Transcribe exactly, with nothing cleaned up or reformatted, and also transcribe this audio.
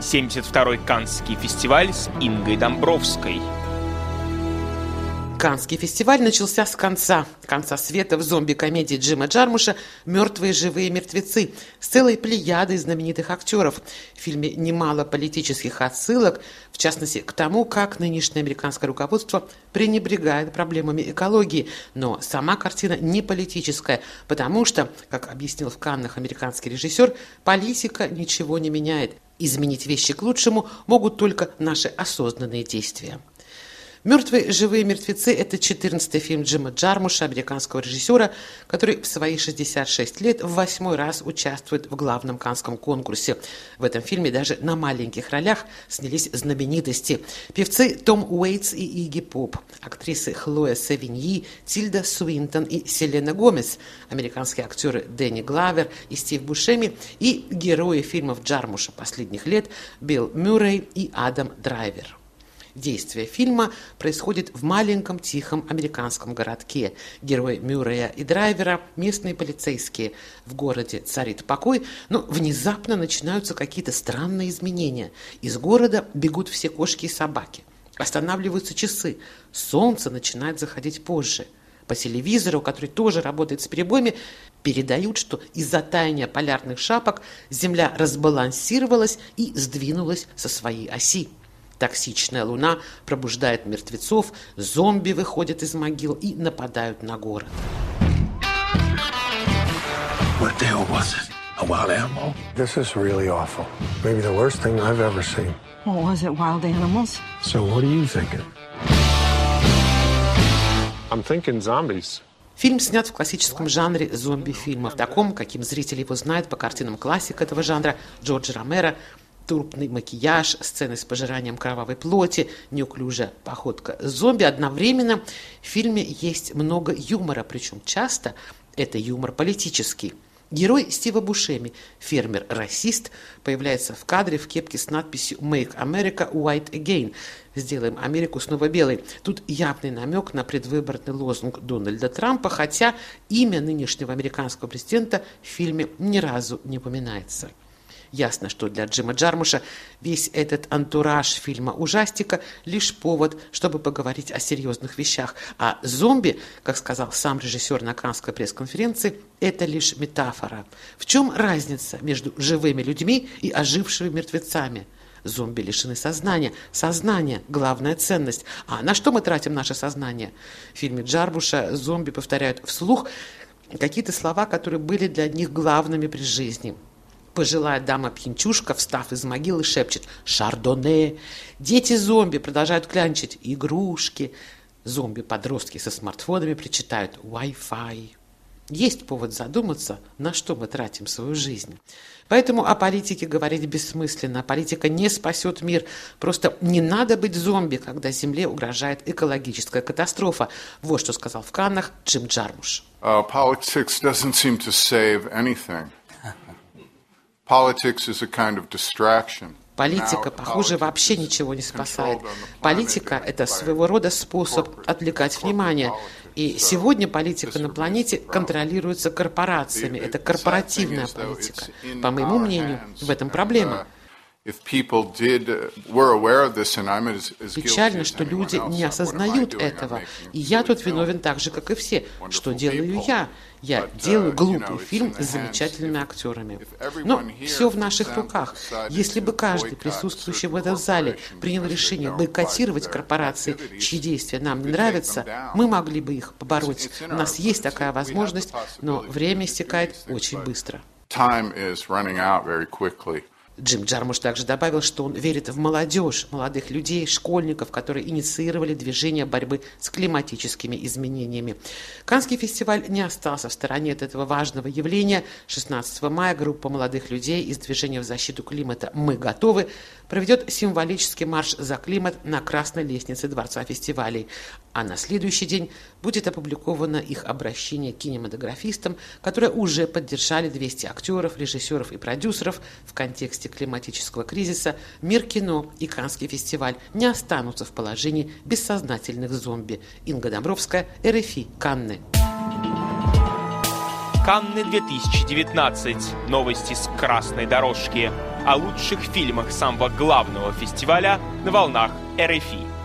семьдесят второй Каннский фестиваль с Ингой Домбровской. Каннский фестиваль начался с конца. Конца света в зомби-комедии Джима Джармуша «Мертвые живые мертвецы» с целой плеядой знаменитых актеров. В фильме немало политических отсылок, в частности, к тому, как нынешнее американское руководство пренебрегает проблемами экологии. Но сама картина не политическая, потому что, как объяснил в Каннах американский режиссер, политика ничего не меняет. Изменить вещи к лучшему могут только наши осознанные действия. «Мертвые живые мертвецы» – это четырнадцатый фильм Джима Джармуша, американского режиссера, который в свои шестьдесят шесть лет в восьмой раз участвует в главном каннском конкурсе. В этом фильме даже на маленьких ролях снялись знаменитости. Певцы Том Уэйтс и Игги Поп, актрисы Хлоя Севиньи, Тильда Суинтон и Селена Гомес, американские актеры Дэнни Главер и Стив Бушеми и герои фильмов Джармуша последних лет Билл Мюррей и Адам Драйвер. Действие фильма происходит в маленьком тихом американском городке. Герои Мюррея и Драйвера – местные полицейские. В городе царит покой, но внезапно начинаются какие-то странные изменения. Из города бегут все кошки и собаки. Останавливаются часы. Солнце начинает заходить позже. По телевизору, который тоже работает с перебоями, передают, что из-за таяния полярных шапок Земля разбалансировалась и сдвинулась со своей оси. Токсичная луна пробуждает мертвецов, зомби выходят из могил и нападают на город. What the hell was it? A wild animal? This is really awful. Maybe the worst thing I've ever seen. Well, was it wild animals? So what are you thinking? I'm thinking zombies. Фильм снят в классическом жанре зомби-фильма, в таком, каким зрители его знают по картинам классика этого жанра Джорджа Ромеро. Трупный макияж, сцены с пожиранием кровавой плоти, неуклюжая походка зомби. Одновременно в фильме есть много юмора, причем часто это юмор политический. Герой Стива Бушеми, фермер-расист, появляется в кадре в кепке с надписью «Make America White Again» – «Сделаем Америку снова белой». Тут явный намек на предвыборный лозунг Дональда Трампа, хотя имя нынешнего американского президента в фильме ни разу не упоминается. Ясно, что для Джима Джармуша весь этот антураж фильма-ужастика – лишь повод, чтобы поговорить о серьезных вещах. А зомби, как сказал сам режиссер на Каннской пресс-конференции, это лишь метафора. В чем разница между живыми людьми и ожившими мертвецами? Зомби лишены сознания. Сознание – главная ценность. А на что мы тратим наше сознание? В фильме Джармуша зомби повторяют вслух какие-то слова, которые были для них главными при жизни. Пожилая дама-пьянчушка, встав из могилы, шепчет «Шардоне». Дети-зомби продолжают клянчить «игрушки». Зомби-подростки со смартфонами причитают Wi-Fi. Есть повод задуматься, на что мы тратим свою жизнь. Поэтому о политике говорить бессмысленно. Политика не спасет мир. Просто не надо быть зомби, когда Земле угрожает экологическая катастрофа. Вот что сказал в Каннах Джим Джармуш. Uh, politics doesn't seem to save anything. Politics is a kind of distraction. Политика, похоже, вообще ничего не спасает. Политика – это своего рода способ отвлекать внимание. И сегодня политика на планете контролируется корпорациями. Это корпоративная политика. По моему мнению, в этом проблема. Печально, что люди не осознают этого. И я тут виновен так же, как и все. Что делаю я? Я делаю глупый фильм с замечательными актерами. Но все в наших руках. Если бы каждый присутствующий в этом зале принял решение бойкотировать корпорации, чьи действия нам не нравятся, мы могли бы их побороть. У нас есть такая возможность, но время истекает очень быстро. Джим Джармуш также добавил, что он верит в молодежь, молодых людей, школьников, которые инициировали движение борьбы с климатическими изменениями. Каннский фестиваль не остался в стороне от этого важного явления. шестнадцатого мая группа молодых людей из движения в защиту климата «Мы готовы» проведет символический марш за климат на красной лестнице Дворца фестивалей. А на следующий день будет опубликовано их обращение к кинематографистам, которые уже поддержали двести актеров, режиссеров и продюсеров в контексте климатического кризиса. Мир кино и Каннский фестиваль не останутся в положении бессознательных зомби. Инга Домбровская, эр эф и, Канны. Канны две тысячи девятнадцать. Новости с красной дорожки. О лучших фильмах самого главного фестиваля на волнах эр эф и.